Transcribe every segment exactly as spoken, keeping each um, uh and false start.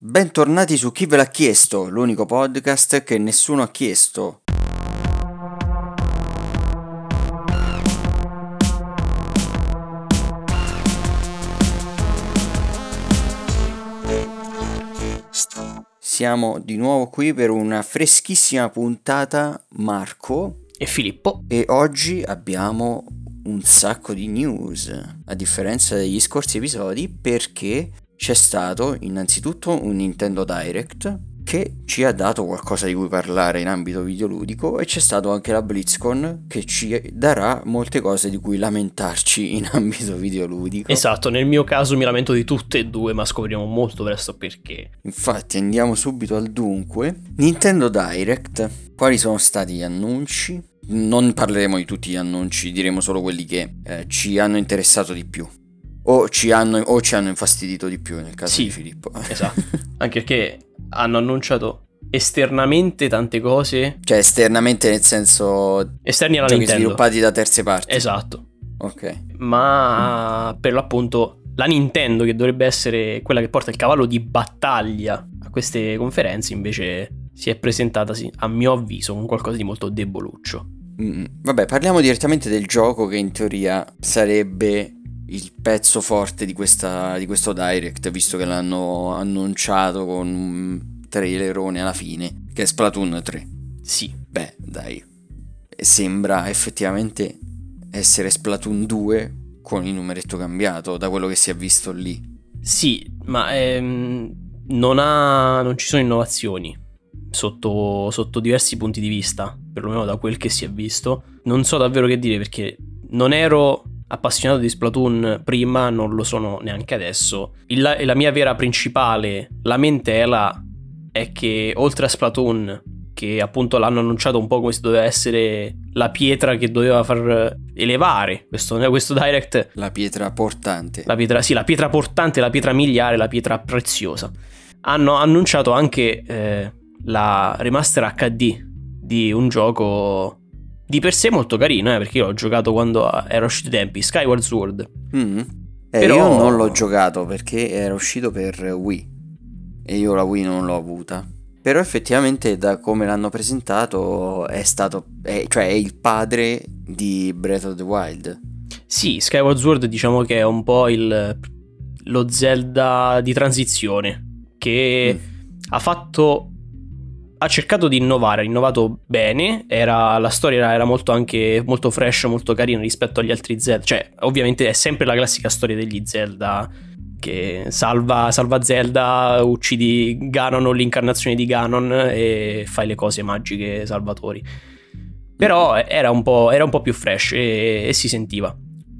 Bentornati su Chi ve l'ha chiesto, l'unico podcast che nessuno ha chiesto. Siamo di nuovo qui per una freschissima puntata, Marco e Filippo, e oggi abbiamo un sacco di news, a differenza degli scorsi episodi, perché c'è stato innanzitutto un Nintendo Direct che ci ha dato qualcosa di cui parlare in ambito videoludico, e c'è stato anche la BlizzCon che ci darà molte cose di cui lamentarci in ambito videoludico. Esatto, nel mio caso mi lamento di tutte e due, ma scopriremo molto presto perché. Infatti andiamo subito al dunque. Nintendo Direct, quali sono stati gli annunci? Non parleremo di tutti gli annunci, diremo solo quelli che eh, ci hanno interessato di più. O ci hanno, o ci hanno infastidito di più nel caso sì, di Filippo. Esatto, anche perché hanno annunciato esternamente tante cose. Cioè esternamente nel senso esterni alla giochi Nintendo, sviluppati da terze parti. Esatto. Ok. Ma per l'appunto la Nintendo, che dovrebbe essere quella che porta il cavallo di battaglia a queste conferenze, invece si è presentata, sì, a mio avviso, con qualcosa di molto deboluccio. Mm, vabbè, parliamo direttamente del gioco che in teoria sarebbe il pezzo forte di, questa, di questo Direct, visto che l'hanno annunciato con un trailerone alla fine, che è Splatoon tre. Sì. Beh, dai, sembra effettivamente essere Splatoon due con il numeretto cambiato, da quello che si è visto lì. Sì, ma ehm, non, ha, non ci sono innovazioni sotto, sotto diversi punti di vista, perlomeno da quel che si è visto. Non so davvero che dire, perché non ero appassionato di Splatoon prima, non lo sono neanche adesso. Il, la mia vera principale lamentela è che oltre a Splatoon, che appunto l'hanno annunciato un po' come se doveva essere la pietra che doveva far elevare questo, questo Direct, la pietra portante, la pietra, sì, la pietra portante, la pietra miliare, la pietra preziosa, hanno annunciato anche eh, la remaster acca di di un gioco di per sé molto carino, eh, perché io l'ho giocato quando era uscito ai tempi, Skyward Sword. Mm. Eh, Però io non l'ho giocato perché era uscito per Wii e io la Wii non l'ho avuta. Però effettivamente da come l'hanno presentato è stato, è, cioè è il padre di Breath of the Wild. Sì, Skyward Sword diciamo che è un po' il, lo Zelda di transizione, che mm. ha fatto... ha cercato di innovare, ha innovato bene, era, la storia era, era molto anche molto fresh, molto carina rispetto agli altri Zelda. Cioè, ovviamente è sempre la classica storia degli Zelda, che salva, salva Zelda, uccidi Ganon o l'incarnazione di Ganon e fai le cose magiche salvatori. Però era un po', era un po' più fresh e, e si sentiva.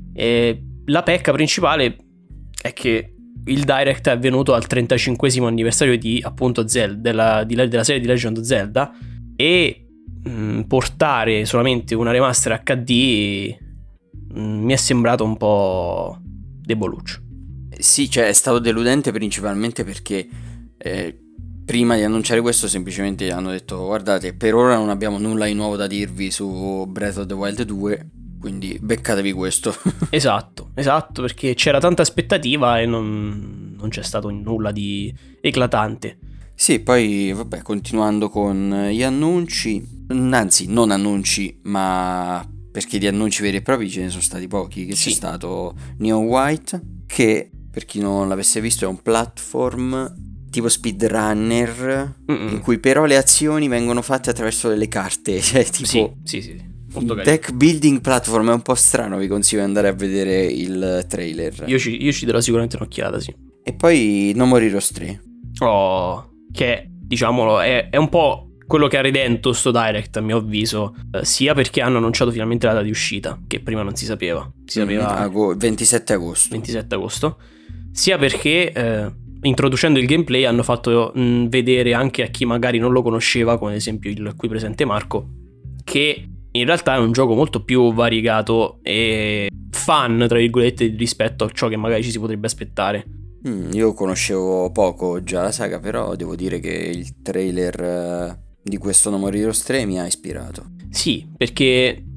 E la pecca principale è che il Direct è avvenuto al trentacinquesimo anniversario di appunto Zelda, della, di, della serie di Legend of Zelda, e mh, portare solamente una remaster acca di mh, mi è sembrato un po' deboluccio. Sì, cioè è stato deludente principalmente perché eh, prima di annunciare questo semplicemente hanno detto: guardate, per ora non abbiamo nulla di nuovo da dirvi su Breath of the Wild due, quindi beccatevi questo. Esatto, esatto, perché c'era tanta aspettativa e non, non c'è stato nulla di eclatante. Sì, poi vabbè, continuando con gli annunci, anzi non annunci, ma perché di annunci veri e propri ce ne sono stati pochi, che sì. C'è stato Neon White, che per chi non l'avesse visto è un platform tipo speedrunner, Mm-mm. in cui però le azioni vengono fatte attraverso delle carte, cioè tipo... Sì, sì, sì. Molto deck building platform, è un po' strano, vi consiglio di andare a vedere il trailer. Io ci, io ci darò sicuramente un'occhiata, sì. E poi No More Heroes tre. Oh, che diciamolo è, è un po' quello che ha redento sto Direct a mio avviso, eh, sia perché hanno annunciato finalmente la data di uscita, che prima non si sapeva. Si sapeva mm, ago- ventisette agosto. ventisette agosto. Sia perché eh, introducendo il gameplay hanno fatto mh, vedere anche a chi magari non lo conosceva, come ad esempio il qui presente Marco, che in realtà è un gioco molto più variegato e fun, tra virgolette, rispetto a ciò che magari ci si potrebbe aspettare. Mm, io conoscevo poco già la saga, però devo dire che il trailer uh, di questo No More Heroes tre mi ha ispirato. Sì, perché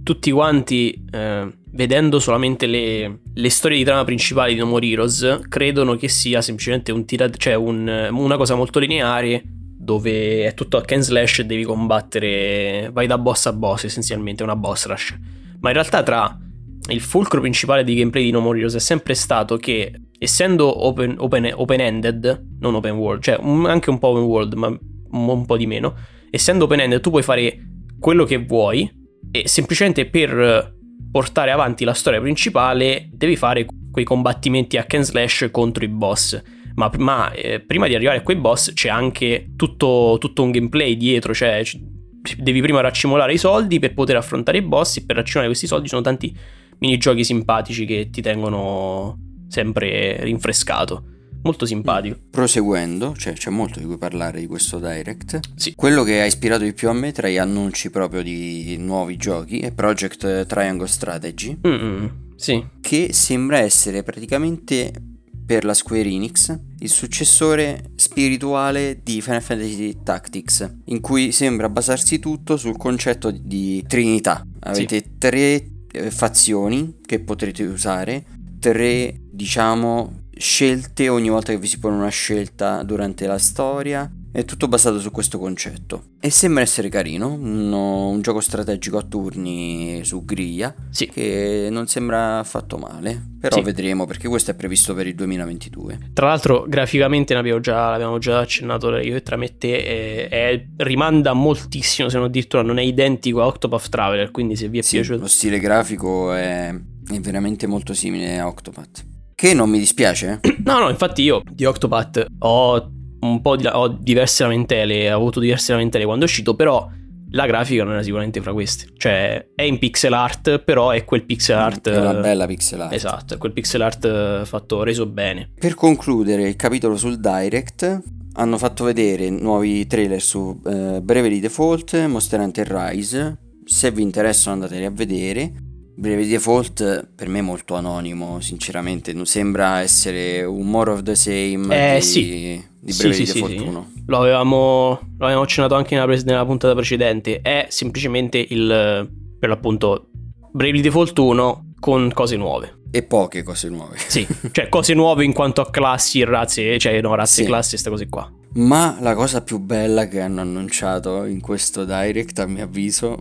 tutti quanti, eh, vedendo solamente le, le storie di trama principali di No More Heroes, credono che sia semplicemente un tira- cioè un, una cosa molto lineare, dove è tutto hack and slash e devi combattere, vai da boss a boss, essenzialmente una boss rush. Ma in realtà tra il fulcro principale di gameplay di No More Heroes è sempre stato che, essendo open, open, open-ended, non open world, cioè un, anche un po' open world, ma un, un po' di meno, essendo open-ended tu puoi fare quello che vuoi, e semplicemente per portare avanti la storia principale devi fare quei combattimenti hack and slash contro i boss. Ma, ma eh, prima di arrivare a quei boss c'è anche tutto, tutto un gameplay dietro, cioè devi prima raccimolare i soldi per poter affrontare i boss, e per raccimolare questi soldi sono tanti minigiochi simpatici che ti tengono sempre rinfrescato. Molto simpatico. Proseguendo, cioè c'è molto di cui parlare di questo Direct. Sì. Quello che ha ispirato di più a me tra gli annunci proprio di nuovi giochi è Project Triangle Strategy. Mm-mm. Sì. Che sembra essere praticamente, per la Square Enix, il successore spirituale di Final Fantasy Tactics, in cui sembra basarsi tutto sul concetto di trinità. Avete sì. tre eh, fazioni che potrete usare, tre, diciamo, scelte ogni volta che vi si pone una scelta durante la storia. È tutto basato su questo concetto e sembra essere carino, uno, un gioco strategico a turni su griglia, sì. che non sembra affatto male, però sì. vedremo, perché questo è previsto per il duemilaventidue. Tra l'altro graficamente l'abbiamo già, l'abbiamo già accennato io e Tramette, è, è, rimanda moltissimo, se non addirittura non è identico a Octopath Traveler, quindi se vi è sì, piaciuto... Lo stile grafico è, è veramente molto simile a Octopath, che non mi dispiace. No, no, infatti io di Octopath ho... un po' di, ho diverse lamentele, ho avuto diverse lamentele quando è uscito, però la grafica non era sicuramente fra queste. Cioè è in pixel art, però è quel pixel art, è una bella pixel art. Esatto, è quel pixel art fatto, reso bene. Per concludere il capitolo sul Direct, hanno fatto vedere nuovi trailer su uh, Bravely Default, Monster Hunter Rise. Se vi interessano andateli a vedere. Bravely Default per me è molto anonimo, sinceramente, non sembra essere un more of the same eh, di, sì. di Bravely sì, Default sì, sì. uno. Lo avevamo, lo avevamo accennato anche nella, pres- nella puntata precedente. È semplicemente il, per l'appunto, Bravely Default uno con cose nuove. E poche cose nuove. Sì, cioè cose nuove in quanto a classi e razze, cioè no, razze e sì. classi, queste cose qua. Ma la cosa più bella che hanno annunciato in questo Direct, a mio avviso,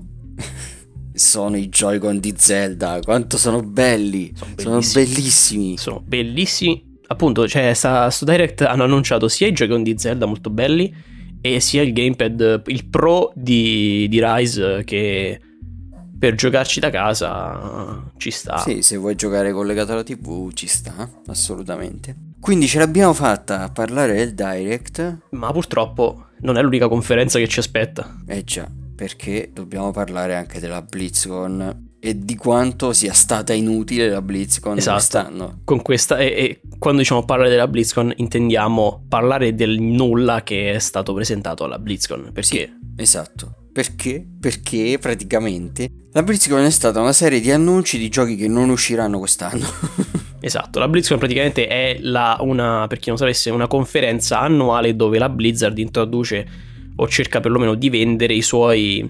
sono i Joy-Con di Zelda. Quanto sono belli, sono bellissimi, sono bellissimi. Sono bellissimi. Appunto, cioè sta, sto Direct hanno annunciato sia i Joy-Con di Zelda molto belli, e sia il gamepad, il Pro di, di Rise, che per giocarci da casa ci sta. Sì, se vuoi giocare collegato alla tivù ci sta, assolutamente. Quindi ce l'abbiamo fatta a parlare del Direct. Ma purtroppo non è l'unica conferenza che ci aspetta. Eh già, perché dobbiamo parlare anche della BlizzCon e di quanto sia stata inutile la BlizzCon esatto. quest'anno. Con questa, e, e quando diciamo parlare della BlizzCon intendiamo parlare del nulla che è stato presentato alla BlizzCon. Perché? Sì, esatto. Perché? Perché praticamente la BlizzCon è stata una serie di annunci di giochi che non usciranno quest'anno. Esatto, la BlizzCon praticamente è la, una, per chi non sapesse, una conferenza annuale dove la Blizzard introduce o cerca perlomeno di vendere i suoi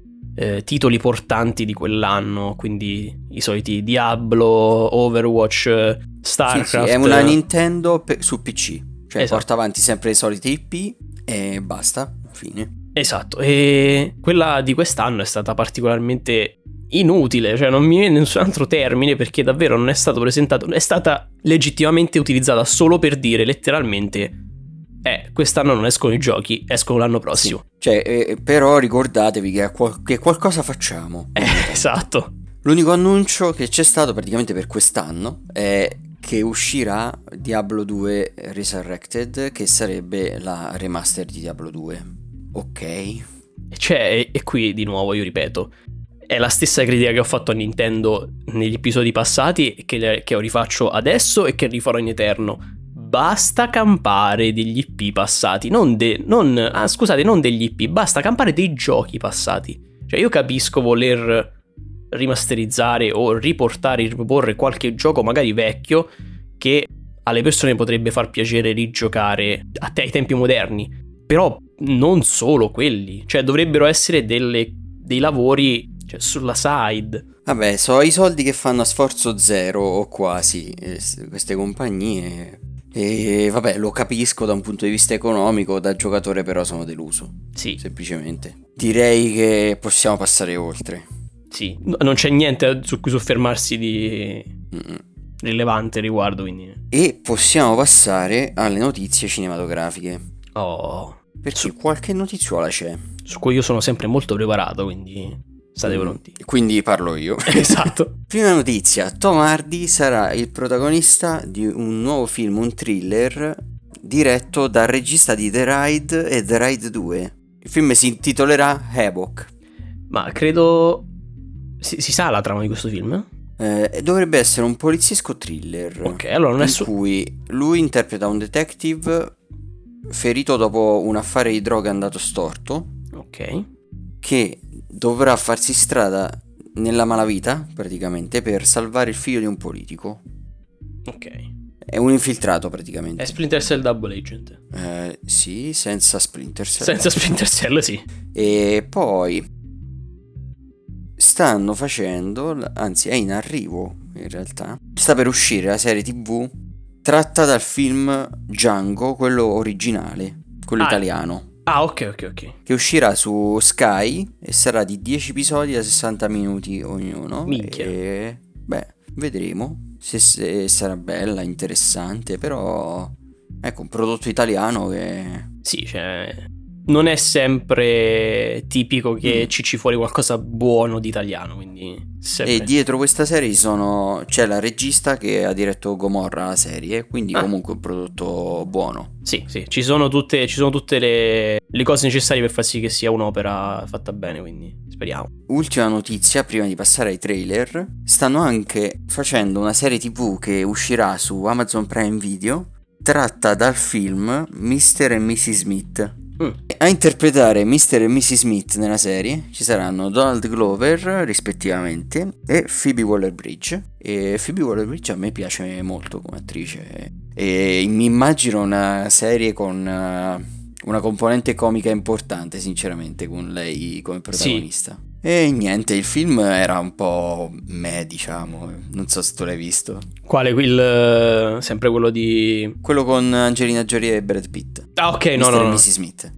eh, titoli portanti di quell'anno, quindi i soliti Diablo, Overwatch, StarCraft. Sì, sì, è una Nintendo pe- su P C, cioè esatto. porta avanti sempre i soliti I P e basta, fine. Esatto, e quella di quest'anno è stata particolarmente inutile, cioè non mi viene nessun altro termine, perché davvero non è stato presentato, è stata legittimamente utilizzata solo per dire letteralmente eh, quest'anno non escono i giochi, escono l'anno prossimo. Sì. Cioè, eh, però ricordatevi che, qual- che qualcosa facciamo. Eh, esatto. L'unico annuncio che c'è stato praticamente per quest'anno è che uscirà Diablo due Resurrected, che sarebbe la remaster di Diablo due. Ok. Cioè, e qui di nuovo io ripeto, è la stessa critica che ho fatto a Nintendo negli episodi passati, che, che rifaccio adesso e che rifarò in eterno. Basta campare degli I P passati, non, de, non ah, scusate, non degli I P, basta campare dei giochi passati. Cioè io capisco voler rimasterizzare o riportare, riproporre qualche gioco magari vecchio che alle persone potrebbe far piacere rigiocare a te, ai tempi moderni, però non solo quelli, cioè dovrebbero essere delle, dei lavori cioè sulla side. Vabbè, so i soldi che fanno a sforzo zero o quasi eh, queste compagnie. E vabbè, lo capisco da un punto di vista economico, da giocatore però sono deluso. Sì. Semplicemente. Direi che possiamo passare oltre. Sì, no, non c'è niente su cui soffermarsi di Mm-mm. rilevante riguardo, quindi. E possiamo passare alle notizie cinematografiche. Oh. Perché Su, qualche notiziola c'è. su cui io sono sempre molto preparato, quindi state Mm. pronti. Quindi parlo io. Esatto. Prima notizia, Tom Hardy sarà il protagonista di un nuovo film, un thriller, diretto dal regista di The Raid e The Raid due. Il film si intitolerà Havoc. Ma credo... Si, si sa la trama di questo film? Eh, dovrebbe essere un poliziesco thriller. Ok, allora non è in su... cui lui interpreta un detective ferito dopo un affare di droga andato storto, Ok. che dovrà farsi strada nella malavita, praticamente, per salvare il figlio di un politico. Ok. È un infiltrato, praticamente. È Splinter Cell Double Agent. Eh, sì, senza Splinter Cell. Senza Splinter Cell, sì. E poi stanno facendo, anzi è in arrivo in realtà, sta per uscire la serie tv tratta dal film Django, quello originale, quello Ah. italiano, Ah, ok, ok, ok. che uscirà su Sky e sarà di dieci episodi da sessanta minuti ognuno. Minchia. E beh, vedremo se, se sarà bella, interessante, però ecco, un prodotto italiano che... Sì, cioè... Non è sempre tipico che Mm. ci ci fuori qualcosa buono di italiano, quindi... Sempre... E dietro questa serie sono... c'è la regista che ha diretto Gomorra, la serie, quindi Ah. comunque un prodotto buono. Sì, sì, ci sono tutte, ci sono tutte le, le cose necessarie per far sì che sia un'opera fatta bene, quindi speriamo. Ultima notizia, prima di passare ai trailer, stanno anche facendo una serie tv che uscirà su Amazon Prime Video, tratta dal film mister e missus Smith. Mm. A interpretare mister e missus Smith nella serie ci saranno Donald Glover rispettivamente e Phoebe Waller-Bridge. E Phoebe Waller-Bridge a me piace molto come attrice e mi immagino una serie con uh, una componente comica importante, sinceramente, con lei come protagonista. Sì. E niente, il film era un po' me, diciamo, non so se tu l'hai visto. Quale? Il, sempre quello di... Quello con Angelina Jolie e Brad Pitt. Ah, ok, no, mister no, e no. missus Smith.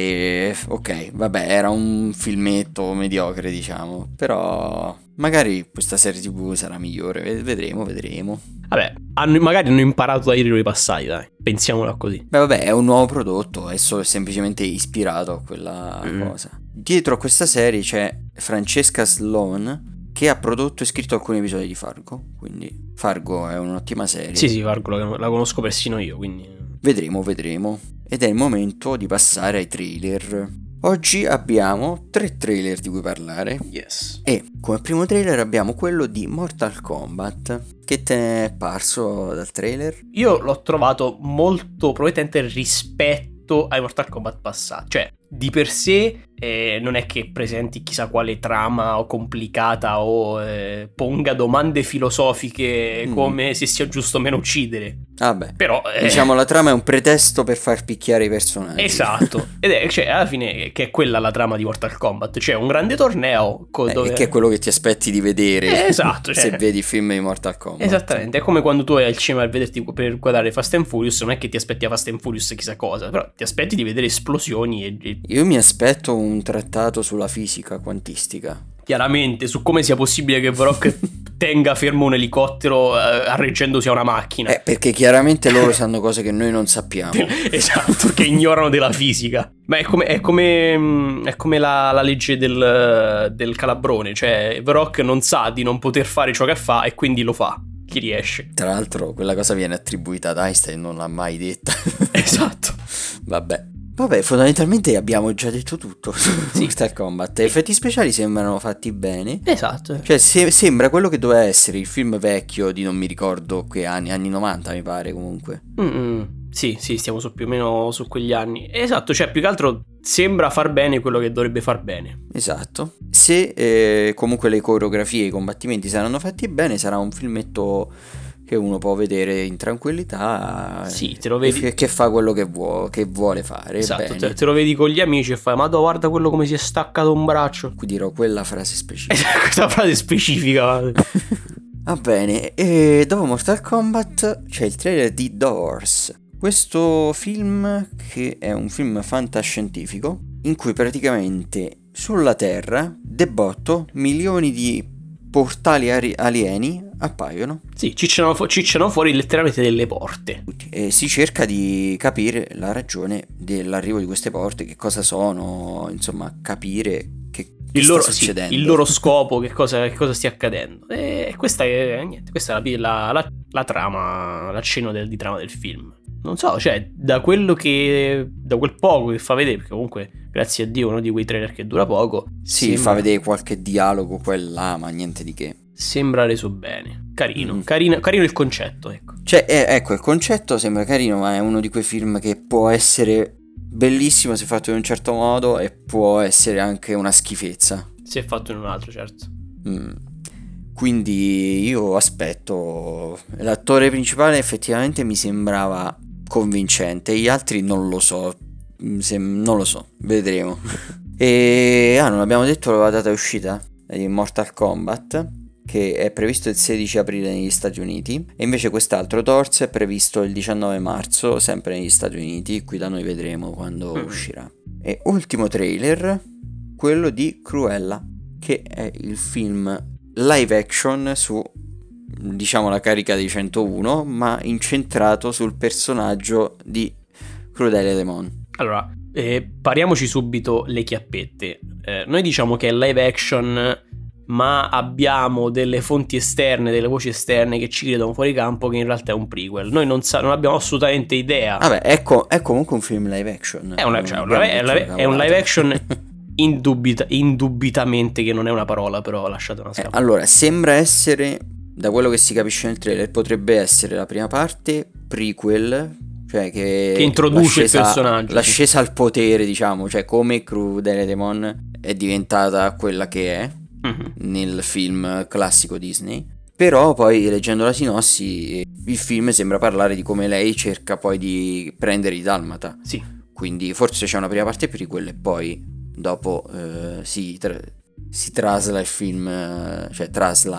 E ok, vabbè, era un filmetto mediocre, diciamo, però magari questa serie tv sarà migliore, vedremo, vedremo. Vabbè, hanno, magari hanno imparato dai errori passati, dai, pensiamola così. Beh, vabbè, è un nuovo prodotto, è solo semplicemente ispirato a quella mm. cosa. Dietro a questa serie c'è Francesca Sloan, che ha prodotto e scritto alcuni episodi di Fargo, quindi Fargo è un'ottima serie. Sì, sì, Fargo la, la conosco persino io, quindi... Vedremo, vedremo. Ed è il momento di passare ai trailer. Oggi abbiamo tre trailer di cui parlare. Yes. E come primo trailer abbiamo quello di Mortal Kombat. Che te ne è parso dal trailer? Io l'ho trovato molto promettente rispetto ai Mortal Kombat passati. Cioè, di per sé eh, non è che presenti chissà quale trama o complicata o eh, ponga domande filosofiche mm. come se sia giusto o meno uccidere. Vabbè, però eh... diciamo la trama è un pretesto per far picchiare i personaggi. Esatto. Ed è, cioè, alla fine che è quella la trama di Mortal Kombat. Cioè un grande torneo eh, dove... che è quello che ti aspetti di vedere. eh, esatto, cioè... se vedi film di Mortal Kombat. Esattamente, è come quando tu vai al cinema a vederti per guardare Fast and Furious. Non è che ti aspetti a Fast and Furious chissà cosa, però ti aspetti di vedere esplosioni e... e... Io mi aspetto un trattato sulla fisica quantistica. Chiaramente, su come sia possibile che Brock tenga fermo un elicottero eh, arreggendosi a una macchina. Eh, perché chiaramente loro sanno cose che noi non sappiamo. Esatto, che ignorano della fisica. Ma è come, è come, è come la, la legge del, del calabrone. Cioè, Brock non sa di non poter fare ciò che fa e quindi lo fa. Chi riesce. Tra l'altro quella cosa viene attribuita ad Einstein, non l'ha mai detta. Esatto. Vabbè. Vabbè, fondamentalmente abbiamo già detto tutto su sì. Mortal Kombat. Gli effetti speciali sembrano fatti bene. Esatto. Cioè, se, sembra quello che doveva essere il film vecchio di non mi ricordo che anni, anni novanta mi pare comunque. Mm-mm. Sì, sì, stiamo su più o meno su quegli anni. Esatto, cioè più che altro sembra far bene quello che dovrebbe far bene. Esatto. Se eh, comunque le coreografie e i combattimenti saranno fatti bene, sarà un filmetto che uno può vedere in tranquillità. Sì, te lo vedi. Che, che fa quello che vuole, che vuole fare. Esatto, te, te lo vedi con gli amici e fai, ma guarda quello come si è staccato un braccio. Qui dirò quella frase specifica. Questa frase specifica. Va bene, e dopo Mortal Kombat c'è il trailer di Doors. Questo film, che è un film fantascientifico, in cui praticamente sulla Terra, de botto, milioni di portali ari- alieni appaiono. Sì, cicciano, fu- cicciano fuori letteralmente delle porte. E si cerca di capire la ragione dell'arrivo di queste porte, che cosa sono, insomma, capire che, che il sta loro, succedendo. Sì, il loro scopo, che cosa, che cosa stia accadendo. E questa è, niente, questa è la, la, la trama, l'accenno del, di trama del film. Non so, cioè, da quello che, da quel poco che fa vedere, perché comunque, grazie a Dio, uno di quei trailer che dura poco. Sì, sembra... fa vedere qualche dialogo qua e là, ma niente di che. Sembra reso bene. Carino, mm. carino, carino il concetto, ecco. Cioè, è, ecco, il concetto sembra carino, ma è uno di quei film che può essere bellissimo se fatto in un certo modo e può essere anche una schifezza. Se fatto in un altro, certo. Mm. Quindi io aspetto. L'attore principale effettivamente mi sembrava convincente, gli altri non lo so, se, non lo so, vedremo. E ah, non abbiamo detto la data di uscita di Mortal Kombat, che è previsto il sedici aprile negli Stati Uniti, e invece quest'altro Doors è previsto il diciannove marzo, sempre negli Stati Uniti. Qui da noi vedremo quando mm. uscirà. E ultimo trailer, quello di Cruella, che è il film live action su, diciamo, la carica dei centouno, ma incentrato sul personaggio di Crudelia De Mon. Allora, eh, pariamoci subito le chiappette. Eh, noi diciamo che è live action, ma abbiamo delle fonti esterne, delle voci esterne che ci credono fuori campo che in realtà è un prequel. Noi non, sa- non abbiamo assolutamente idea. Vabbè, ecco, è comunque un film live action. È, una, cioè, una, è, live, è un live action indubita- indubitamente, che non è una parola, però lasciate una scatola. Eh, allora, sembra essere, da quello che si capisce nel trailer, potrebbe essere la prima parte prequel, cioè che, che introduce il personaggio, l'ascesa sì. al potere, diciamo, cioè come Crudelia De Mon è diventata quella che è mm-hmm. nel film classico Disney. Però poi, leggendo la sinossi, il film sembra parlare di come lei cerca poi di prendere i Dalmata. Sì. Quindi forse c'è una prima parte prequel e poi dopo eh, si, tra- si trasla il film, eh, cioè trasla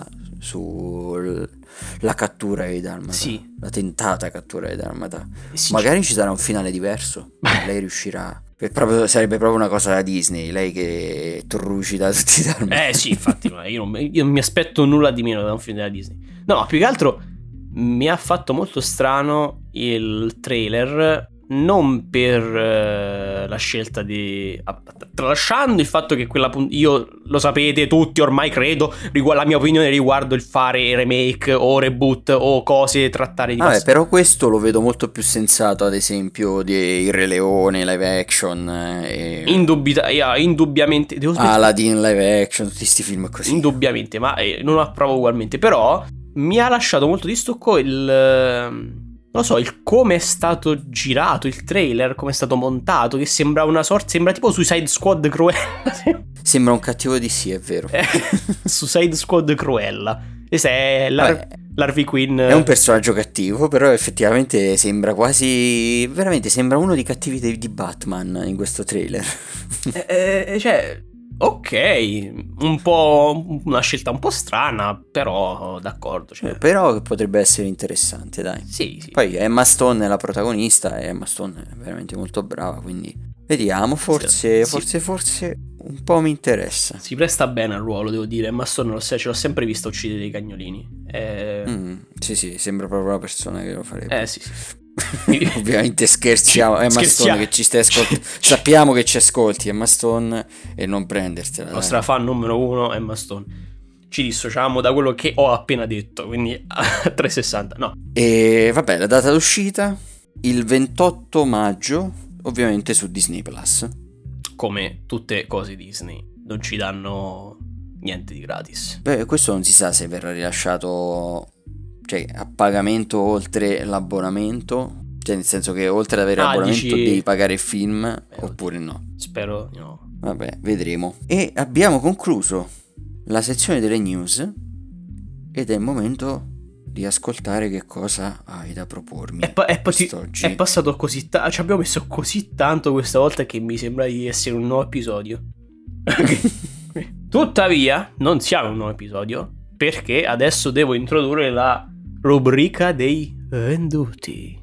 sulla cattura dei Dalmata, sì. la tentata cattura dei Dalmata. Sì, magari ci sarà un finale diverso, lei riuscirà, proprio, sarebbe proprio una cosa da Disney, lei che trucida tutti i Dalmata. Eh sì, infatti io non, io non mi aspetto nulla di meno da un film della Disney. No, più che altro mi ha fatto molto strano il trailer, non per uh, la scelta di, tralasciando il fatto che quella punt- io lo sapete tutti ormai, credo, rigu- la mia opinione riguardo il fare remake o reboot o cose, trattare di Vabbè, pass- però questo lo vedo molto più sensato, ad esempio di Il Re Leone live action, eh, e... Indubita- yeah, indubbiamente devo Aladdin live action, tutti questi film così, indubbiamente, ma eh, non lo approvo ugualmente. Però mi ha lasciato molto di stucco il... non lo so, il come è stato girato il trailer, come è stato montato, che sembra una sorta, sembra tipo Suicide Squad Cruella. Sembra un cattivo di sì, è vero. Suicide Squad Cruella. Questa è l'Ar- l'Harvey Quinn. È un personaggio cattivo, però effettivamente sembra quasi, veramente sembra uno dei cattivi di, di Batman in questo trailer. eh, eh, cioè... ok, un po' una scelta un po' strana, però d'accordo. Cioè. Però potrebbe essere interessante, dai. Sì, sì. Poi Emma Stone è la protagonista e Emma Stone è veramente molto brava, quindi vediamo, forse, sì. forse, forse un po' mi interessa. Si presta bene al ruolo, devo dire. Emma Stone lo, ce l'ho sempre vista uccidere dei cagnolini. Eh... Mm, sì, sì, sembra proprio una persona che lo farebbe. Eh, sì, sì. Ovviamente scherziamo, Emma Scherziamo. Stone che ci stai ascoltando, sappiamo che ci ascolti Emma Stone e non prendertela. La nostra fan numero uno Emma Stone. Ci dissociamo da quello che ho appena detto, quindi a trecentosessanta, no. E vabbè, la data d'uscita il ventotto maggio, ovviamente su Disney Plus. Come tutte cose Disney, non ci danno niente di gratis. Beh, questo non si sa se verrà rilasciato, cioè a pagamento oltre l'abbonamento, cioè nel senso che oltre ad avere ah, l'abbonamento dici... devi pagare il film, Beh, oppure no. Spero no. Vabbè, vedremo. E abbiamo concluso la sezione delle news ed è il momento di ascoltare che cosa hai da propormi. È, pa- è, pa- è passato così tanto, ci abbiamo messo così tanto questa volta che mi sembra di essere un nuovo episodio. Tuttavia, non siamo un nuovo episodio, perché adesso devo introdurre la rubrica dei venduti.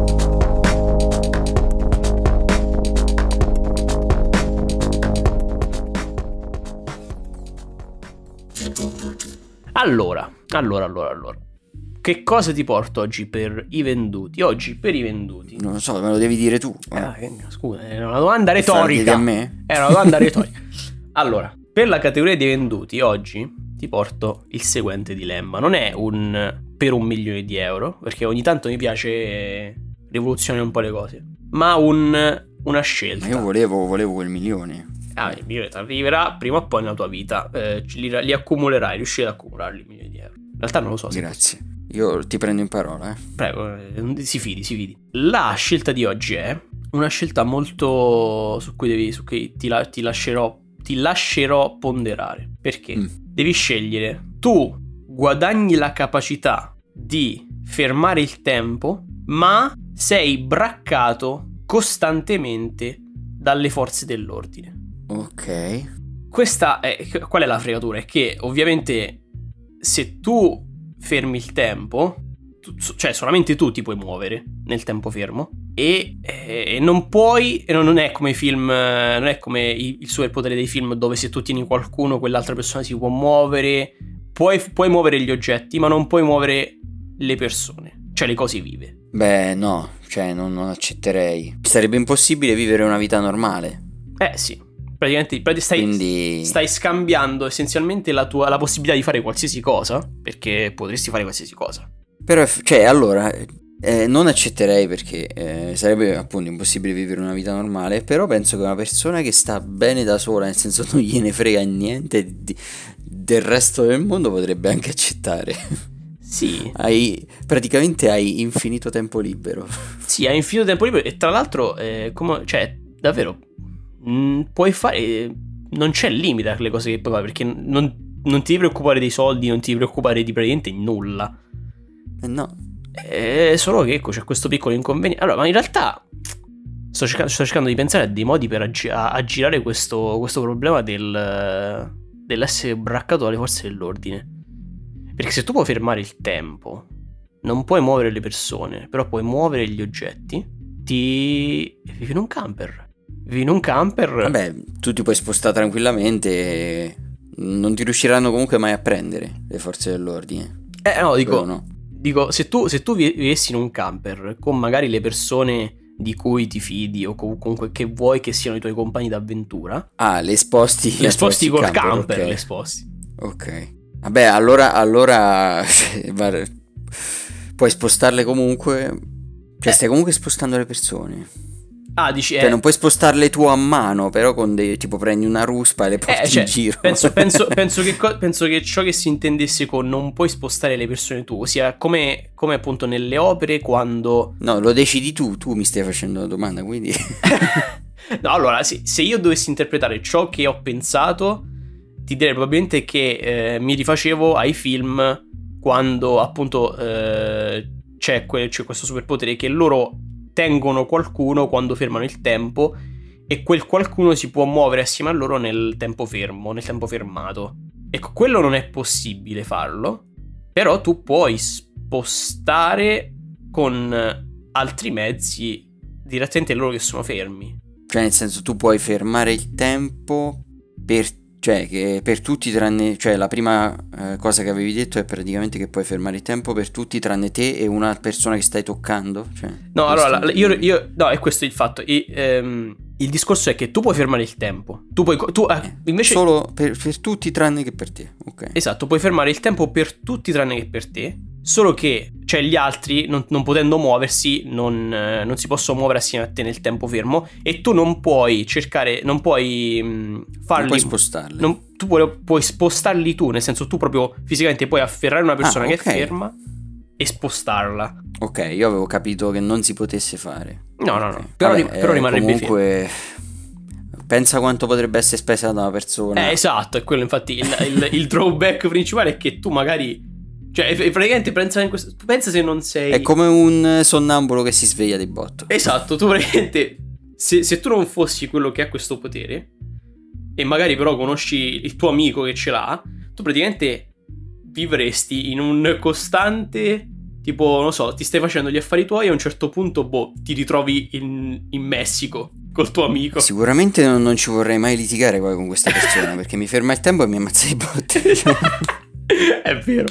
Allora, allora, allora, allora. Che cosa ti porto oggi per i venduti? Oggi per i venduti. Non lo so, me lo devi dire tu. Ah, scusa, era una domanda retorica. A me? Era una domanda retorica. Allora, per la categoria dei venduti, oggi ti porto il seguente dilemma. Non è un per un milione di euro, perché ogni tanto mi piace rivoluzionare un po' le cose, ma un, una scelta. Ma io volevo, volevo quel milione. Ah, il milione ti arriverà prima o poi nella tua vita. Eh, li, li accumulerai, riuscirai ad accumularli i milioni di euro. In realtà non lo so. Grazie. Io ti prendo in parola, eh. Prego, eh, si fidi, si fidi. La scelta di oggi è una scelta molto su cui devi, su cui ti, la, ti lascerò, ti lascerò ponderare. Perché mm. devi scegliere. Tu guadagni la capacità di fermare il tempo, ma sei braccato costantemente dalle forze dell'ordine. Ok. Questa è, qual è la fregatura? È che ovviamente se tu fermi il tempo, tu, cioè solamente tu ti puoi muovere nel tempo fermo e, e non puoi, e non è come i film, non è come il, il superpotere dei film dove se tu tieni qualcuno quell'altra persona si può muovere. Puoi, puoi muovere gli oggetti, ma non puoi muovere le persone, cioè le cose vive. Beh, no, cioè non, non accetterei. Sarebbe impossibile vivere una vita normale. Eh sì, praticamente stai, Quindi... stai scambiando essenzialmente la tua la possibilità di fare qualsiasi cosa, perché potresti fare qualsiasi cosa. Però, cioè, allora, eh, non accetterei perché eh, sarebbe appunto impossibile vivere una vita normale, però penso che una persona che sta bene da sola, nel senso non gliene frega niente di, del resto del mondo, potrebbe anche accettare. Sì. Hai, praticamente hai infinito tempo libero. Sì, hai infinito tempo libero e tra l'altro, eh, come, cioè, davvero, mh, puoi fare, non c'è limite alle cose che puoi fare, perché non, non ti devi preoccupare dei soldi, non ti devi preoccupare di praticamente nulla. Eh no. È solo che, ecco, c'è questo piccolo inconveniente. Allora, ma in realtà sto cercando, sto cercando di pensare a dei modi per aggi- a- aggirare questo, questo problema del, dell'essere braccato dalle forze dell'ordine. Perché se tu puoi fermare il tempo, non puoi muovere le persone, però puoi muovere gli oggetti, ti vivi in un camper. Vivi in un camper. Vabbè, tu ti puoi spostare tranquillamente e non ti riusciranno comunque mai a prendere le forze dell'ordine. Eh no, dico, no. dico se tu se tu vivessi in un camper con magari le persone di cui ti fidi o comunque che vuoi che siano i tuoi compagni d'avventura. Ah, le sposti. Le sposti col camper, camper okay. le sposti. Ok. Vabbè, allora, allora puoi spostarle comunque. Cioè, eh. stai comunque spostando le persone. Ah, dici, cioè, eh. non puoi spostarle tu a mano, però con dei. Tipo, prendi una ruspa e le porti eh, cioè, in giro. Penso, penso, penso, che, penso che ciò che si intendesse con non puoi spostare le persone tu sia come, come appunto nelle opere quando. No, lo decidi tu, tu mi stai facendo la domanda, quindi. No, allora, se, se io dovessi interpretare ciò che ho pensato, ti direi probabilmente che eh, mi rifacevo ai film quando appunto eh, c'è, que- c'è questo superpotere che loro tengono qualcuno quando fermano il tempo e quel qualcuno si può muovere assieme a loro nel tempo fermo, nel tempo fermato. Ecco, quello non è possibile farlo, però tu puoi spostare con altri mezzi direttamente loro che sono fermi. Cioè, nel senso, tu puoi fermare il tempo per Cioè, che per tutti tranne. Cioè, la prima eh, cosa che avevi detto è praticamente che puoi fermare il tempo per tutti tranne te e una persona che stai toccando. Cioè, no, allora, io, io. No, è questo il fatto. I, ehm, il discorso è che tu puoi fermare il tempo. Tu puoi. Tu, eh, invece. Solo per, per tutti tranne che per te. Ok. Esatto, puoi fermare il tempo per tutti tranne che per te. Solo che, cioè, gli altri, non, non potendo muoversi, non, eh, non si possono muovere assieme a te nel tempo fermo. E tu non puoi cercare, non puoi mh, farli. Non puoi spostarli. Non, tu puoi, puoi spostarli tu, nel senso tu proprio fisicamente puoi afferrare una persona ah, che okay. è ferma e spostarla. Ok, io avevo capito che non si potesse fare. No, no, okay. no. Però, Vabbè, però rimarrebbe comunque... Pensa quanto potrebbe essere spesa da una persona. Eh, esatto, è quello infatti il, il, il drawback principale è che tu magari Cioè, praticamente pensa, in questo, pensa se non sei... È come un sonnambulo che si sveglia di botto. Esatto, tu praticamente... Se, se tu non fossi quello che ha questo potere, e magari però conosci il tuo amico che ce l'ha, tu praticamente vivresti in un costante... Tipo, non so, ti stai facendo gli affari tuoi e a un certo punto, boh, ti ritrovi in, in Messico col tuo amico. Sicuramente non, non ci vorrei mai litigare poi con questa persona, perché mi ferma il tempo e mi ammazza i botte. È vero.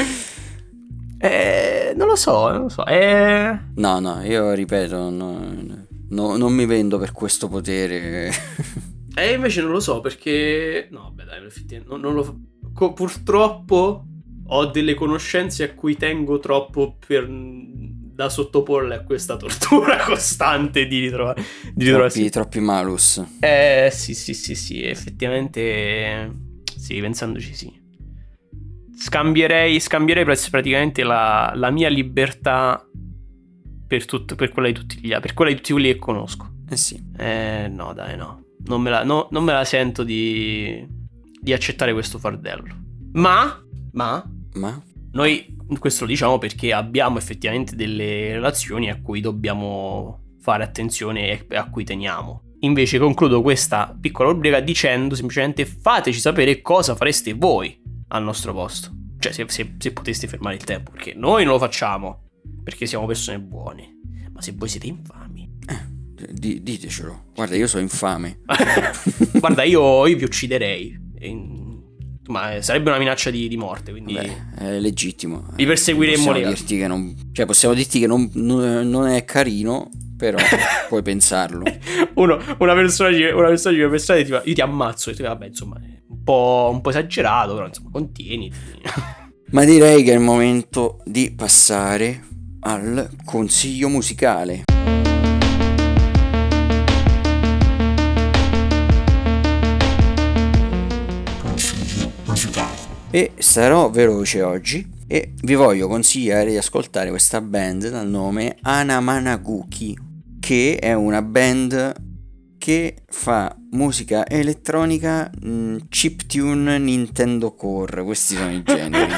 Eh, non lo so, non lo so. Eh... No, no, io ripeto, no, no, non mi vendo per questo potere. E invece non lo so, perché... No, beh dai, effettivamente non, non lo... Co- purtroppo ho delle conoscenze a cui tengo troppo per... da sottoporle a questa tortura costante di ritrovare... Di troppi, troppi malus. Eh, sì, sì, sì, sì, effettivamente... Sì, pensandoci sì. Scambierei, scambierei praticamente la, la mia libertà per, tutto, per quella di tutti gli altri, per quella di tutti quelli che conosco. Eh sì. Eh, no, dai, no. Non me la, no, non me la sento di, di accettare questo fardello. Ma, ma, ma, noi questo lo diciamo perché abbiamo effettivamente delle relazioni a cui dobbiamo fare attenzione e a cui teniamo. Invece concludo questa piccola rubrica dicendo semplicemente: fateci sapere cosa fareste voi al nostro posto. Cioè se, se, se poteste fermare il tempo, perché noi non lo facciamo perché siamo persone buone, ma se voi siete infami, eh, di, ditecelo. Guarda, io sono infame. Guarda, io, io vi ucciderei, ma sarebbe una minaccia di, di morte, quindi beh, è legittimo. Vi perseguiremmo lì. Dirti che non, cioè possiamo dirti che non, non è carino, però puoi pensarlo. Uno, una persona una persona ci pensa e ti va, io ti ammazzo e tu vabbè, insomma, un po', un po' esagerato, però insomma, contieniti. Ma direi che è il momento di passare al consiglio musicale. E sarò veloce oggi e vi voglio consigliare di ascoltare questa band dal nome Anamanaguchi, che è una band che fa musica elettronica, mh, chiptune, Nintendo Core. Questi sono i generi.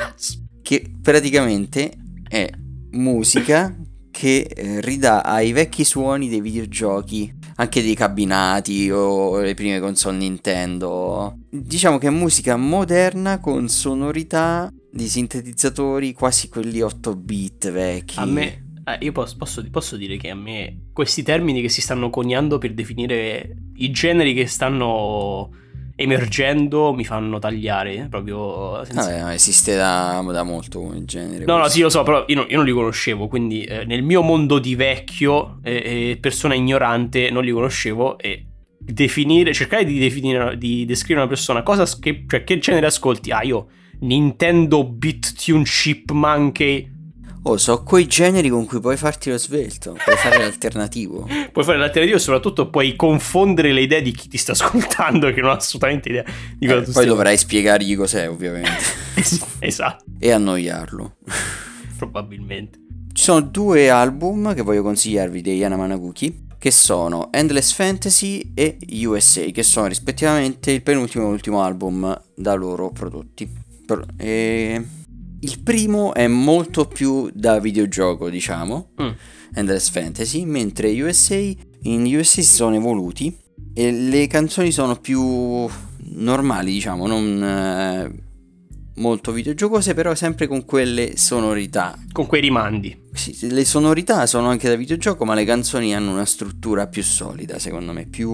Che praticamente è musica che eh, ridà ai vecchi suoni dei videogiochi, anche dei cabinati o le prime console Nintendo. Diciamo che è musica moderna con sonorità di sintetizzatori quasi quelli otto bit vecchi. A me, eh, io posso, posso, posso dire che a me questi termini che si stanno coniando per definire i generi che stanno emergendo mi fanno tagliare proprio senza... Vabbè, esiste da, da molto come genere. No, questo. no, sì, lo so, però io, no, io non li conoscevo, quindi eh, nel mio mondo di vecchio e eh, eh, persona ignorante non li conoscevo e definire, cercare di definire, di descrivere una persona, cosa che, cioè che genere ascolti? Ah, io Nintendo Beat Tune Chip Monkey. Oh, so quei generi con cui puoi farti lo svelto, puoi fare l'alternativo. Puoi fare l'alternativo e soprattutto puoi confondere le idee di chi ti sta ascoltando, che non ha assolutamente idea di cosa eh, tu poi stai... dovrai spiegargli cos'è, ovviamente. Esatto. E annoiarlo. Probabilmente. Ci sono due album che voglio consigliarvi degli Anamanaguchi, che sono Endless Fantasy e U S A, che sono rispettivamente il penultimo e l'ultimo album da loro prodotti. E... il primo è molto più da videogioco, diciamo, mm. Endless Fantasy, mentre U S A, in U S A si sono evoluti e le canzoni sono più normali, diciamo, non eh, molto videogiocose, però sempre con quelle sonorità. Con quei rimandi. Sì, le sonorità sono anche da videogioco, ma le canzoni hanno una struttura più solida, secondo me, più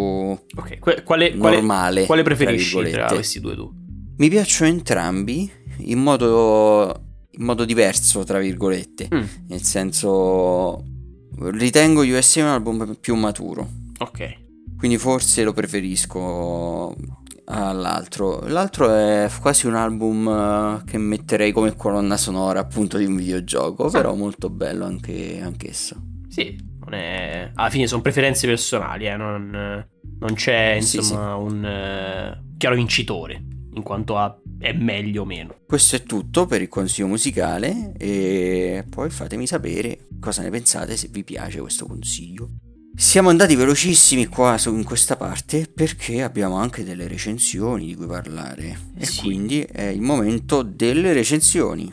okay. Qu- quale, normale. Quale, quale preferisci tra questi due tu? Mi piacciono entrambi in modo, in modo diverso, tra virgolette. Mm. Nel senso, ritengo U S A un album più maturo. Ok. Quindi forse lo preferisco all'altro. L'altro è quasi un album che metterei come colonna sonora, appunto, di un videogioco, ah. però molto bello anche anch'esso. Sì, non è... alla fine sono preferenze personali, eh? non, non c'è insomma sì, sì. un uh, chiaro vincitore in quanto a è meglio o meno. Questo è tutto per il consiglio musicale e poi fatemi sapere cosa ne pensate, se vi piace questo consiglio. Siamo andati velocissimi qua su, in questa parte perché abbiamo anche delle recensioni di cui parlare e Sì. quindi è il momento delle recensioni.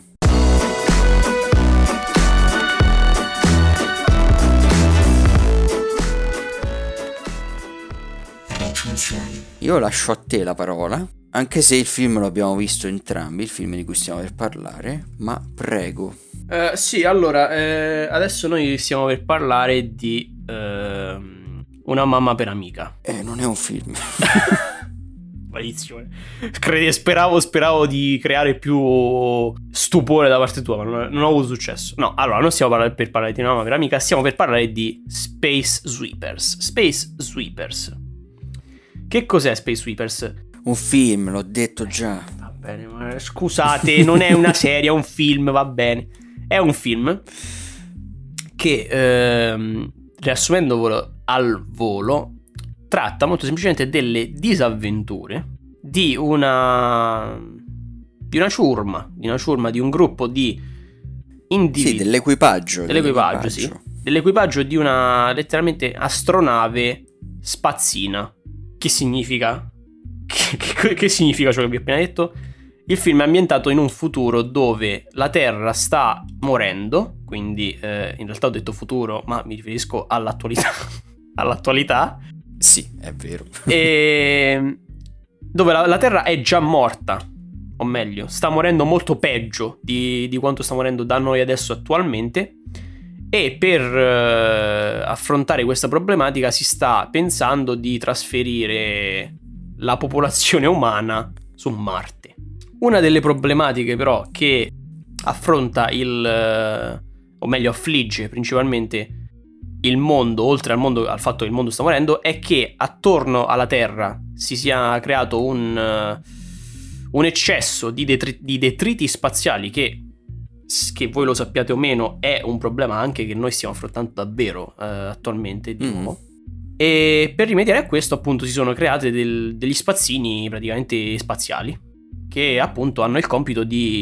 Io lascio a te la parola, anche se il film lo abbiamo visto entrambi, il film di cui stiamo per parlare, ma prego. Uh, sì, allora, eh, adesso noi stiamo per parlare di uh, Una mamma per amica. Eh, non è un film. Maledizione. Credi, speravo, speravo di creare più stupore da parte tua, ma non, non ho avuto successo. No, allora, non stiamo parlare, per parlare di Una mamma per amica, stiamo per parlare di Space Sweepers. Space Sweepers. Che cos'è Space Sweepers? Un film, l'ho detto già. Va bene, ma scusate, non è una serie, è un film, va bene. È un film che, ehm, riassumendolo al volo, tratta molto semplicemente delle disavventure di una di una ciurma, di una ciurma di un gruppo di individui. Sì, dell'equipaggio. Dell'equipaggio, sì. Dell'equipaggio di una letteralmente astronave spazzina. Che significa? Che, che, che significa ciò che vi ho appena detto? Il film è ambientato in un futuro dove la Terra sta morendo, quindi eh, in realtà ho detto futuro, ma mi riferisco all'attualità. all'attualità. Sì, è vero. E dove la, la Terra è già morta, o meglio, sta morendo molto peggio di, di quanto sta morendo da noi adesso attualmente. E per eh, affrontare questa problematica si sta pensando di trasferire la popolazione umana su Marte. Una delle problematiche però che affronta il, eh, o meglio affligge principalmente il mondo, oltre al mondo, al fatto che il mondo sta morendo, è che attorno alla Terra si sia creato un, uh, un eccesso di, detri- di detriti spaziali che che voi lo sappiate o meno è un problema anche che noi stiamo affrontando davvero eh, attualmente di nuovo. Mm. E per rimediare a questo appunto si sono create del, degli spazzini praticamente spaziali che appunto hanno il compito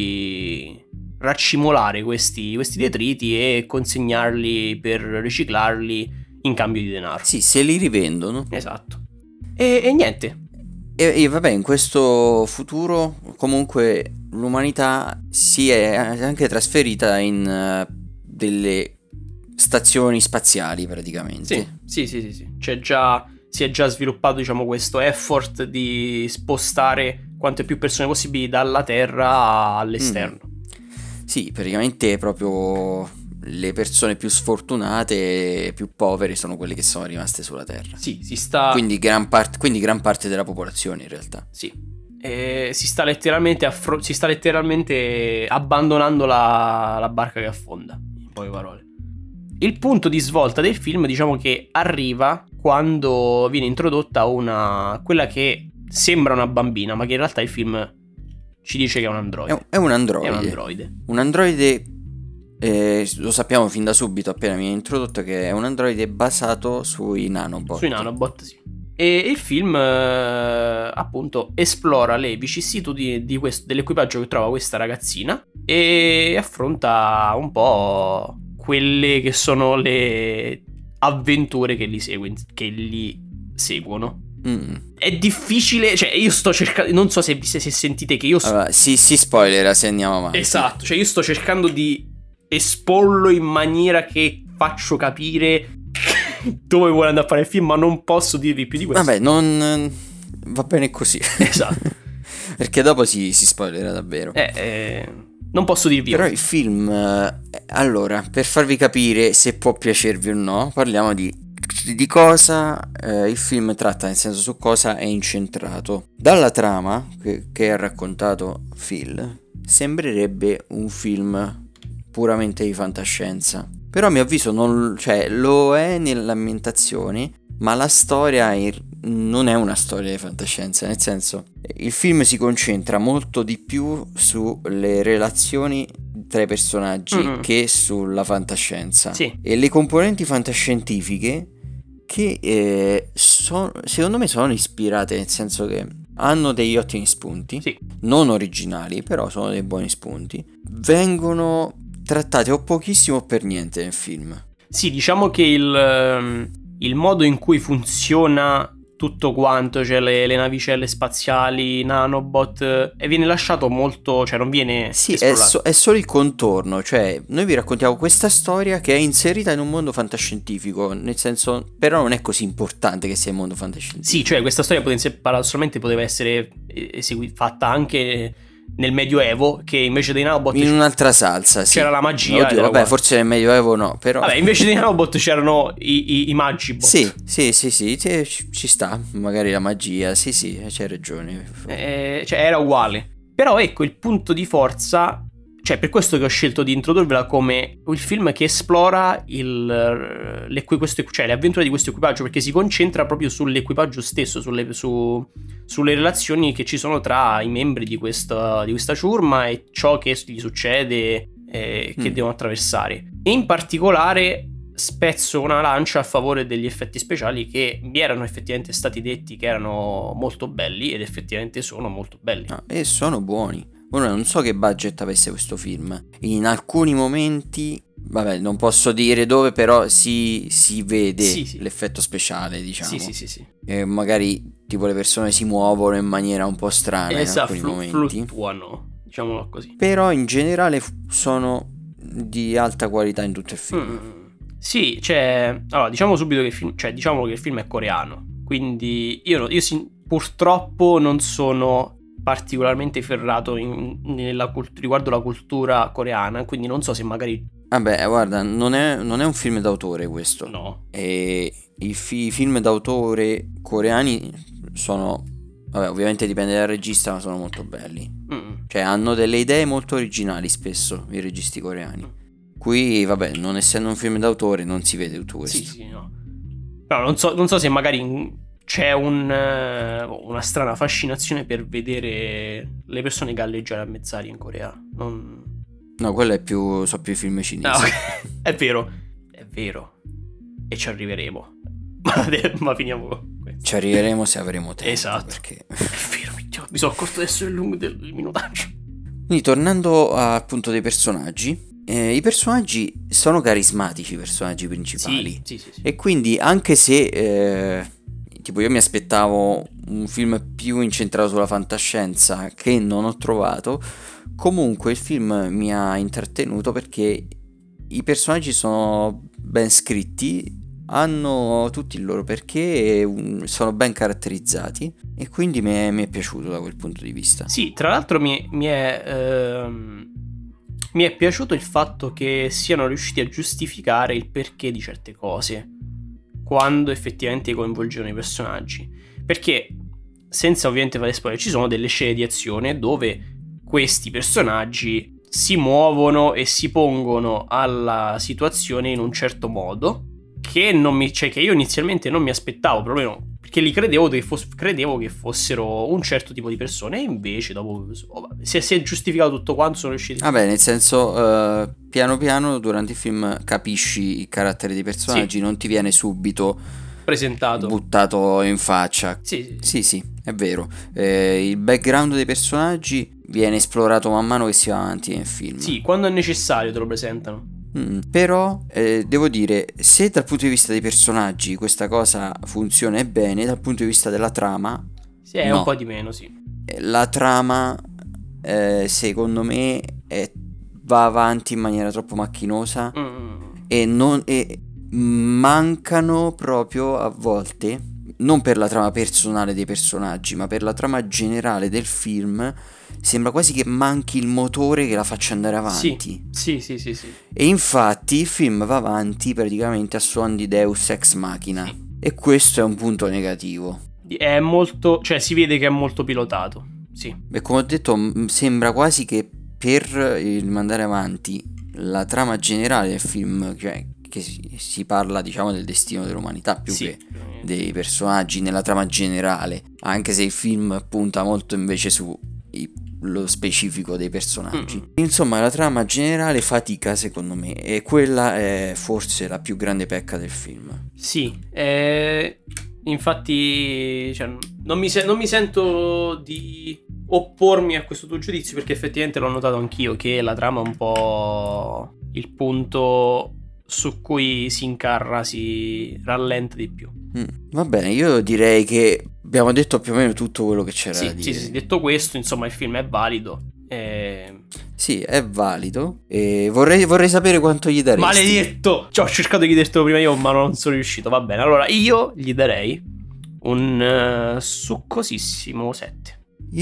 di raccimolare questi, questi detriti e consegnarli per riciclarli in cambio di denaro. Sì, se li rivendono. Esatto. E, e niente. E, e vabbè, in questo futuro comunque l'umanità si è anche trasferita in uh, delle stazioni spaziali praticamente. Sì, sì, sì, sì, sì. C'è già, si è già sviluppato, diciamo, questo effort di spostare quante più persone possibili dalla Terra all'esterno. Mm. Sì, praticamente proprio le persone più sfortunate, più povere sono quelle che sono rimaste sulla Terra. Sì, si sta... Quindi gran, part- quindi gran parte della popolazione in realtà. Sì. E si sta letteralmente affro- si sta letteralmente abbandonando la, la barca che affonda, in poche parole. Il punto di svolta del film, diciamo che arriva quando viene introdotta una quella che sembra una bambina, ma che in realtà il film ci dice che è un androide. È un, è un androide. È un androide. Un androide, eh, lo sappiamo fin da subito appena viene introdotto, che è un androide basato sui nanobot. Sui nanobot, sì. E il film eh, appunto esplora le vicissitudini di questo, dell'equipaggio che trova questa ragazzina e affronta un po' quelle che sono le avventure che li, segui, che li seguono. Mm. È difficile, cioè io sto cercando, non so se, se, se sentite che io sto... Allora, si, si spoilerà se andiamo avanti. Esatto, cioè io sto cercando di esporlo in maniera che faccio capire dove vuole andare a fare il film, ma non posso dirvi più di questo. Vabbè, non va bene così. Esatto. Perché dopo si, si spoilerà davvero. Eh, eh, non posso dirvi. Però il film, eh, allora, per farvi capire se può piacervi o no, parliamo di, di cosa eh, il film tratta, nel senso su cosa è incentrato. Dalla trama che, che ha raccontato Phil, sembrerebbe un film puramente di fantascienza. Però a mio avviso non, cioè, lo è nell'ambientazione, ma la storia è, non è una storia di fantascienza, nel senso il film si concentra molto di più sulle relazioni tra i personaggi mm-hmm. che sulla fantascienza. Sì. E le componenti fantascientifiche che eh, so, secondo me sono ispirate, nel senso che hanno degli ottimi spunti, sì. non originali, però sono dei buoni spunti, vengono trattate o pochissimo o per niente nel film. Sì, diciamo che il, il modo in cui funziona tutto quanto, cioè le, le navicelle spaziali, nanobot, e viene lasciato molto, cioè non viene Sì, è, esplorato. so- è solo il contorno, cioè noi vi raccontiamo questa storia che è inserita in un mondo fantascientifico, nel senso, però non è così importante che sia il mondo fantascientifico. Sì, cioè questa storia potenzi- paradossalmente poteva essere esegui- fatta anche nel Medioevo, che invece dei nanobot In un'altra salsa, sì. c'era la magia. ed Oddio, era vabbè, uguale. forse nel Medioevo no, però... Vabbè, invece dei nanobot c'erano i, i, i Magibot. Sì, sì, sì, sì, sì, ci ci sta, magari la magia, sì, sì, c'hai ragione. Eh, cioè era uguale. Però ecco il punto di forza, cioè per questo che ho scelto di introdurvela come il film che esplora il, l'equi- questo, cioè le avventure di questo equipaggio, perché si concentra proprio sull'equipaggio stesso, sulle, su, sulle relazioni che ci sono tra i membri di questa, di questa ciurma e ciò che gli succede, eh, che Mm. devono attraversare. E in particolare spezzo una lancia a favore degli effetti speciali, che mi erano effettivamente stati detti che erano molto belli, ed effettivamente sono molto belli. No, e sono buoni. Ora non so che budget avesse questo film. In alcuni momenti, vabbè, non posso dire dove, però si, si vede Sì, sì. l'effetto speciale, diciamo. Sì, sì, sì, sì. E magari tipo le persone si muovono in maniera un po' strana in Esatto, alcuni flu- momenti. fluttuano, diciamolo così. Però in generale f- sono di alta qualità in tutto il film. Mm. Sì, cioè, allora diciamo subito che il film, cioè diciamo che il film è coreano, quindi io, io sì, purtroppo non sono particolarmente ferrato in- nella cult- riguardo la cultura coreana, quindi non so se magari Vabbè, guarda, non è, non è un film d'autore questo. no. E i, fi- i film d'autore coreani sono, vabbè, ovviamente dipende dal regista, ma sono molto belli. Mm. Cioè hanno delle idee molto originali spesso i registi coreani. Qui, vabbè, non essendo un film d'autore non si vede tutto questo. Sì, sì, no. No, non so, non so se magari in- c'è un, eh, una strana fascinazione per vedere le persone galleggiare a mezz'aria in Corea. Non... No, quello è più, so più i film cinesi. No, è vero, è vero. E ci arriveremo. Ma, ma finiamo con questo. Ci arriveremo se avremo tempo. Esatto. Perché... È vero, mi, mi sono accorto adesso del lungo del minutaggio. Quindi tornando appunto dei personaggi, eh, i personaggi sono carismatici, i personaggi principali. Sì, sì, sì, sì. E quindi anche se eh, tipo io mi aspettavo un film più incentrato sulla fantascienza, che non ho trovato, comunque il film mi ha intrattenuto perché i personaggi sono ben scritti, hanno tutti il loro perché, um, sono ben caratterizzati e quindi mi è, mi è piaciuto da quel punto di vista. Sì, tra l'altro mi, mi è ehm, mi è piaciuto il fatto che siano riusciti a giustificare il perché di certe cose quando effettivamente coinvolgevano i personaggi, perché senza ovviamente fare spoiler ci sono delle scene di azione dove questi personaggi si muovono e si pongono alla situazione in un certo modo che non mi, cioè che io inizialmente non mi aspettavo, proprio perché li credevo che, foss- credevo che fossero un certo tipo di persone, e invece dopo oh, vabbè, si, è, si è giustificato tutto quanto, sono riusciti. Vabbè, nel senso, eh, piano piano durante il film capisci i caratteri dei personaggi, Sì. non ti viene subito Presentato. buttato in faccia. Sì, sì, sì. Sì, sì, è vero. Eh, il background dei personaggi viene esplorato man mano che si va avanti nel film. Sì, quando è necessario te lo presentano. Mm, però eh, devo dire, se dal punto di vista dei personaggi questa cosa funziona bene, dal punto di vista della trama, Sì, è no. un po' di meno, sì. Eh, la trama eh, secondo me è- va avanti in maniera troppo macchinosa Mm. e, non, e mancano proprio a volte, non per la trama personale dei personaggi, ma per la trama generale del film. Sembra quasi che manchi il motore che la faccia andare avanti. Sì, sì, sì, sì, sì. E infatti il film va avanti praticamente a suon di Deus Ex Machina. Sì. E questo è un punto negativo. È molto, cioè si vede che è molto pilotato. Sì. E come ho detto, m- sembra quasi che per il mandare avanti la trama generale del film, cioè che si, si parla diciamo del destino dell'umanità più Sì. che dei personaggi nella trama generale, anche se il film punta molto invece su i- lo specifico dei personaggi. Mm. Insomma, la trama generale fatica secondo me, e quella è forse la più grande pecca del film. Sì, eh, infatti cioè, non, mi se- non mi sento di oppormi a questo tuo giudizio, perché effettivamente l'ho notato anch'io che la trama è un po' il punto su cui si incarra, si rallenta di più. Mm, va bene, io direi che abbiamo detto più o meno tutto quello che c'era Sì, da dire. sì, sì, detto questo, insomma, il film è valido. E... Sì, è valido. E vorrei, vorrei sapere quanto gli daresti. Maledetto! Cioè, ho cercato di dirtelo prima io, ma non sono riuscito. Va bene, allora io gli darei un uh, succosissimo sette.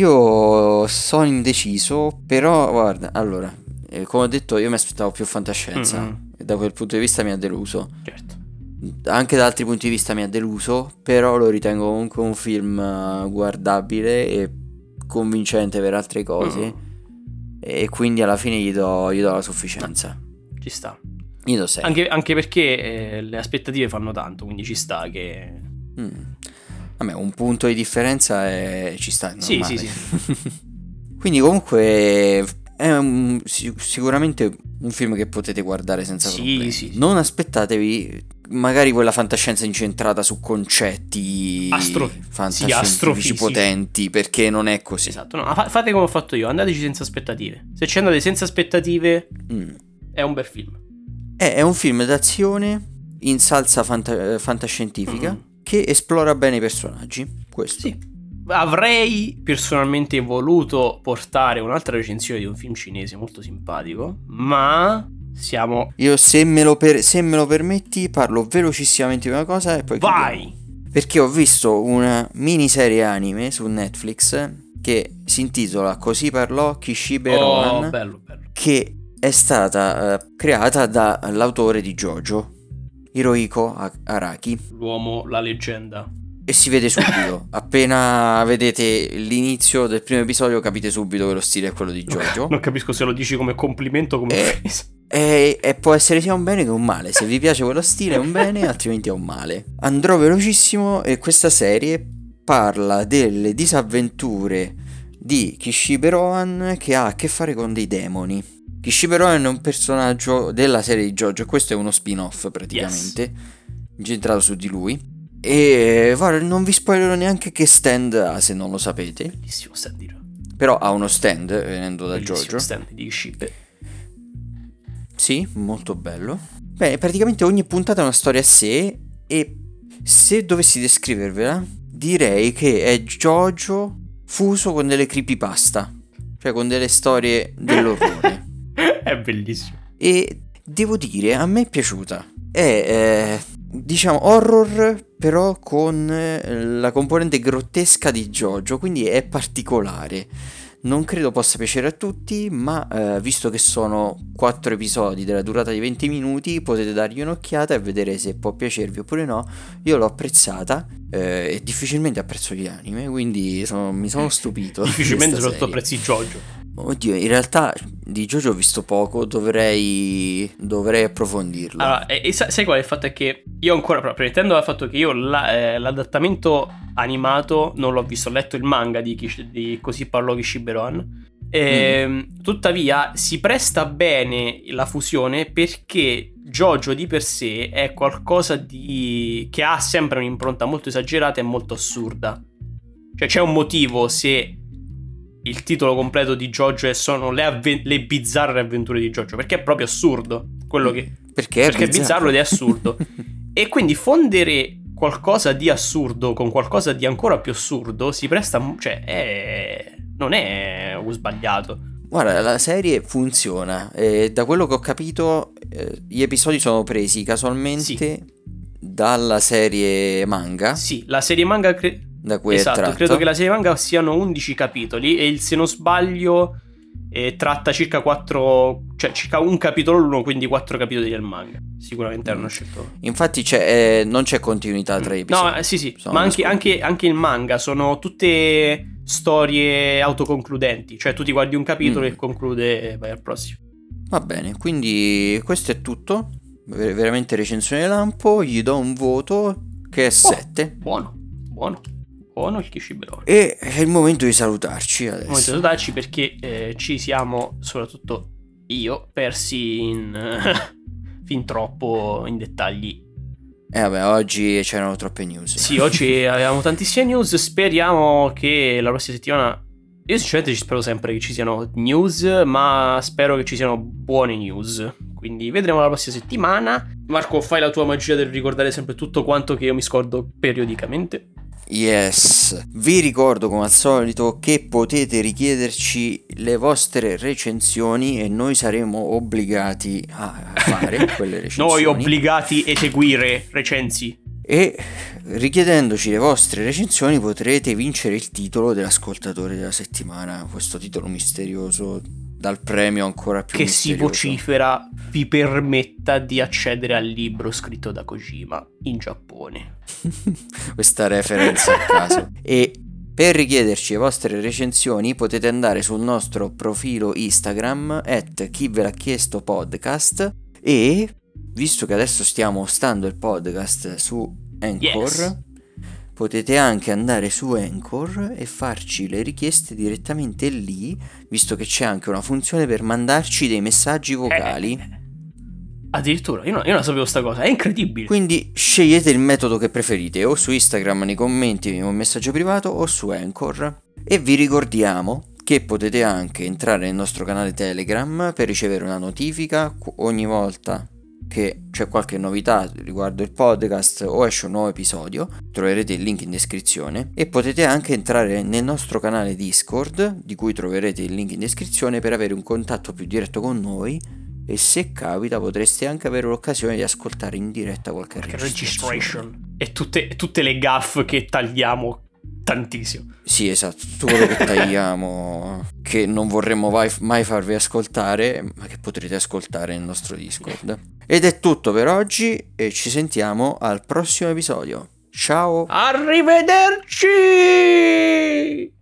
Io sono indeciso, però guarda, allora, eh, come ho detto, io mi aspettavo più fantascienza. Mm-hmm. E da quel punto di vista mi ha deluso. Certo. Anche da altri punti di vista mi ha deluso, però lo ritengo comunque un film uh, guardabile e convincente per altre cose. Mm. E quindi alla fine gli do, gli do la sufficienza. Ci sta. Gli do sei. Anche, anche perché eh, le aspettative fanno tanto, quindi ci sta che... Mm. Vabbè, un punto di differenza è... ci sta, è normale. Sì, sì, sì. Quindi comunque è un, sicuramente un film che potete guardare senza sì, problemi. Sì, sì. Non aspettatevi magari quella fantascienza incentrata su concetti Astro... fantascientifici sì, potenti, perché non è così. Esatto, no, fate come ho fatto io, andateci senza aspettative. Se ci andate senza aspettative mm. è un bel film. È, è un film d'azione in salsa fanta- fantascientifica mm. che esplora bene i personaggi. Questo. Sì. Avrei personalmente voluto portare un'altra recensione di un film cinese molto simpatico, ma siamo... Io se me lo, per- se me lo permetti parlo velocissimamente di una cosa e poi vai! Chiudiamo. Perché ho visto una miniserie anime su Netflix che si intitola Così parlò Kishibe Rohan, oh, bello, bello. che è stata uh, creata dall'autore di JoJo, Hirohiko Araki. L'uomo, la leggenda. E si vede subito, appena vedete l'inizio del primo episodio capite subito che lo stile è quello di JoJo. Non capisco se lo dici come complimento o come e, e, e può essere sia un bene che un male. Se vi piace quello stile è un bene, altrimenti è un male. Andrò velocissimo e questa serie parla delle disavventure di Kishibe Rohan che ha a che fare con dei demoni. Kishibe Rohan è un personaggio della serie di JoJo, questo è uno spin-off praticamente, yes. incentrato su di lui. E guarda, non vi spoilerò neanche che stand ha, se non lo sapete. Bellissimo stand dirò. Però ha uno stand venendo da Bellissimo JoJo. stand di Kishibe. Sì, molto bello. Beh, praticamente ogni puntata è una storia a sé. E se dovessi descrivervela, direi che è JoJo fuso con delle creepypasta, cioè con delle storie dell'orrore. È bellissimo. E devo dire, a me è piaciuta. È eh, diciamo horror, però con eh, la componente grottesca di JoJo, quindi è particolare. Non credo possa piacere a tutti, ma eh, visto che sono quattro episodi della durata di venti minuti, potete dargli un'occhiata e vedere se può piacervi oppure no. Io l'ho apprezzata eh, e difficilmente apprezzo gli anime, quindi sono, mi sono stupito. Difficilmente sotto apprezzi JoJo. Oddio, in realtà di JoJo ho visto poco, dovrei dovrei approfondirlo. Allora, e, e sai qual è il fatto? È che io ancora, pretendo dal fatto che io la, eh, l'adattamento animato non l'ho visto, ho letto il manga di, Kish, di Così parlò Kishibe Rohan. E, mm. Tuttavia si presta bene la fusione perché JoJo di per sé è qualcosa di che ha sempre un'impronta molto esagerata e molto assurda. Cioè c'è un motivo se il titolo completo di JoJo è sono le, avven- le bizzarre avventure di JoJo, perché è proprio assurdo quello che perché è, perché bizzarro. è bizzarro ed è assurdo. E quindi fondere qualcosa di assurdo con qualcosa di ancora più assurdo si presta, cioè è, non è sbagliato. Guarda, la serie funziona e da quello che ho capito eh, gli episodi sono presi casualmente sì. dalla serie manga. Sì, la serie manga cre- da cui esatto, è tratto. Credo che la serie manga siano undici capitoli e il, se non sbaglio eh, tratta circa quattro, cioè circa un capitolo l'uno, quindi quattro capitoli del manga. Sicuramente hanno mm. scelto. Infatti c'è, eh, non c'è continuità tra gli episodi. No, eh, sì sì, sono ma anche, anche, anche il manga sono tutte storie autoconcludenti, cioè tu ti guardi un capitolo mm. e conclude e vai al prossimo. Va bene, quindi questo è tutto. Ver- veramente recensione lampo, gli do un voto che è sette. Oh, buono, buono. Buono il Kishibe Rohan. E è il momento di salutarci adesso. È il momento di salutarci perché eh, ci siamo, soprattutto io, persi in uh, fin troppo in dettagli. Eh vabbè, oggi c'erano troppe news. Sì, oggi avevamo tantissime news. Speriamo che la prossima settimana... Io sinceramente ci spero sempre che ci siano news, ma spero che ci siano buone news. Quindi vedremo la prossima settimana. Marco, fai la tua magia del ricordare sempre tutto quanto che io mi scordo periodicamente. Yes, vi ricordo come al solito che potete richiederci le vostre recensioni e noi saremo obbligati a fare quelle recensioni. Noi obbligati a eseguire recensi. E richiedendoci le vostre recensioni potrete vincere il titolo dell'ascoltatore della settimana, questo titolo misterioso dal premio ancora più che misterioso. si vocifera vi permetta di accedere al libro scritto da Kojima in Giappone. Questa referenza a caso. E per richiederci le vostre recensioni potete andare sul nostro profilo Instagram at chi ve l'ha chiesto podcast, e visto che adesso stiamo stando il podcast su Anchor, yes, potete anche andare su Anchor e farci le richieste direttamente lì, visto che c'è anche una funzione per mandarci dei messaggi vocali. Eh, addirittura, io, no, io non sapevo sta cosa, è incredibile. Quindi scegliete il metodo che preferite, o su Instagram nei commenti in un messaggio privato o su Anchor. E vi ricordiamo che potete anche entrare nel nostro canale Telegram per ricevere una notifica ogni volta che c'è qualche novità riguardo il podcast o esce un nuovo episodio. Troverete il link in descrizione, e potete anche entrare nel nostro canale Discord, di cui troverete il link in descrizione, per avere un contatto più diretto con noi, e se capita potreste anche avere l'occasione di ascoltare in diretta qualche, qualche registration e tutte, tutte le gaffe che tagliamo tantissimo. Sì, esatto, tutto quello che tagliamo che non vorremmo mai, mai farvi ascoltare, ma che potrete ascoltare nel nostro Discord. Ed è tutto per oggi e ci sentiamo al prossimo episodio. Ciao! Arrivederci!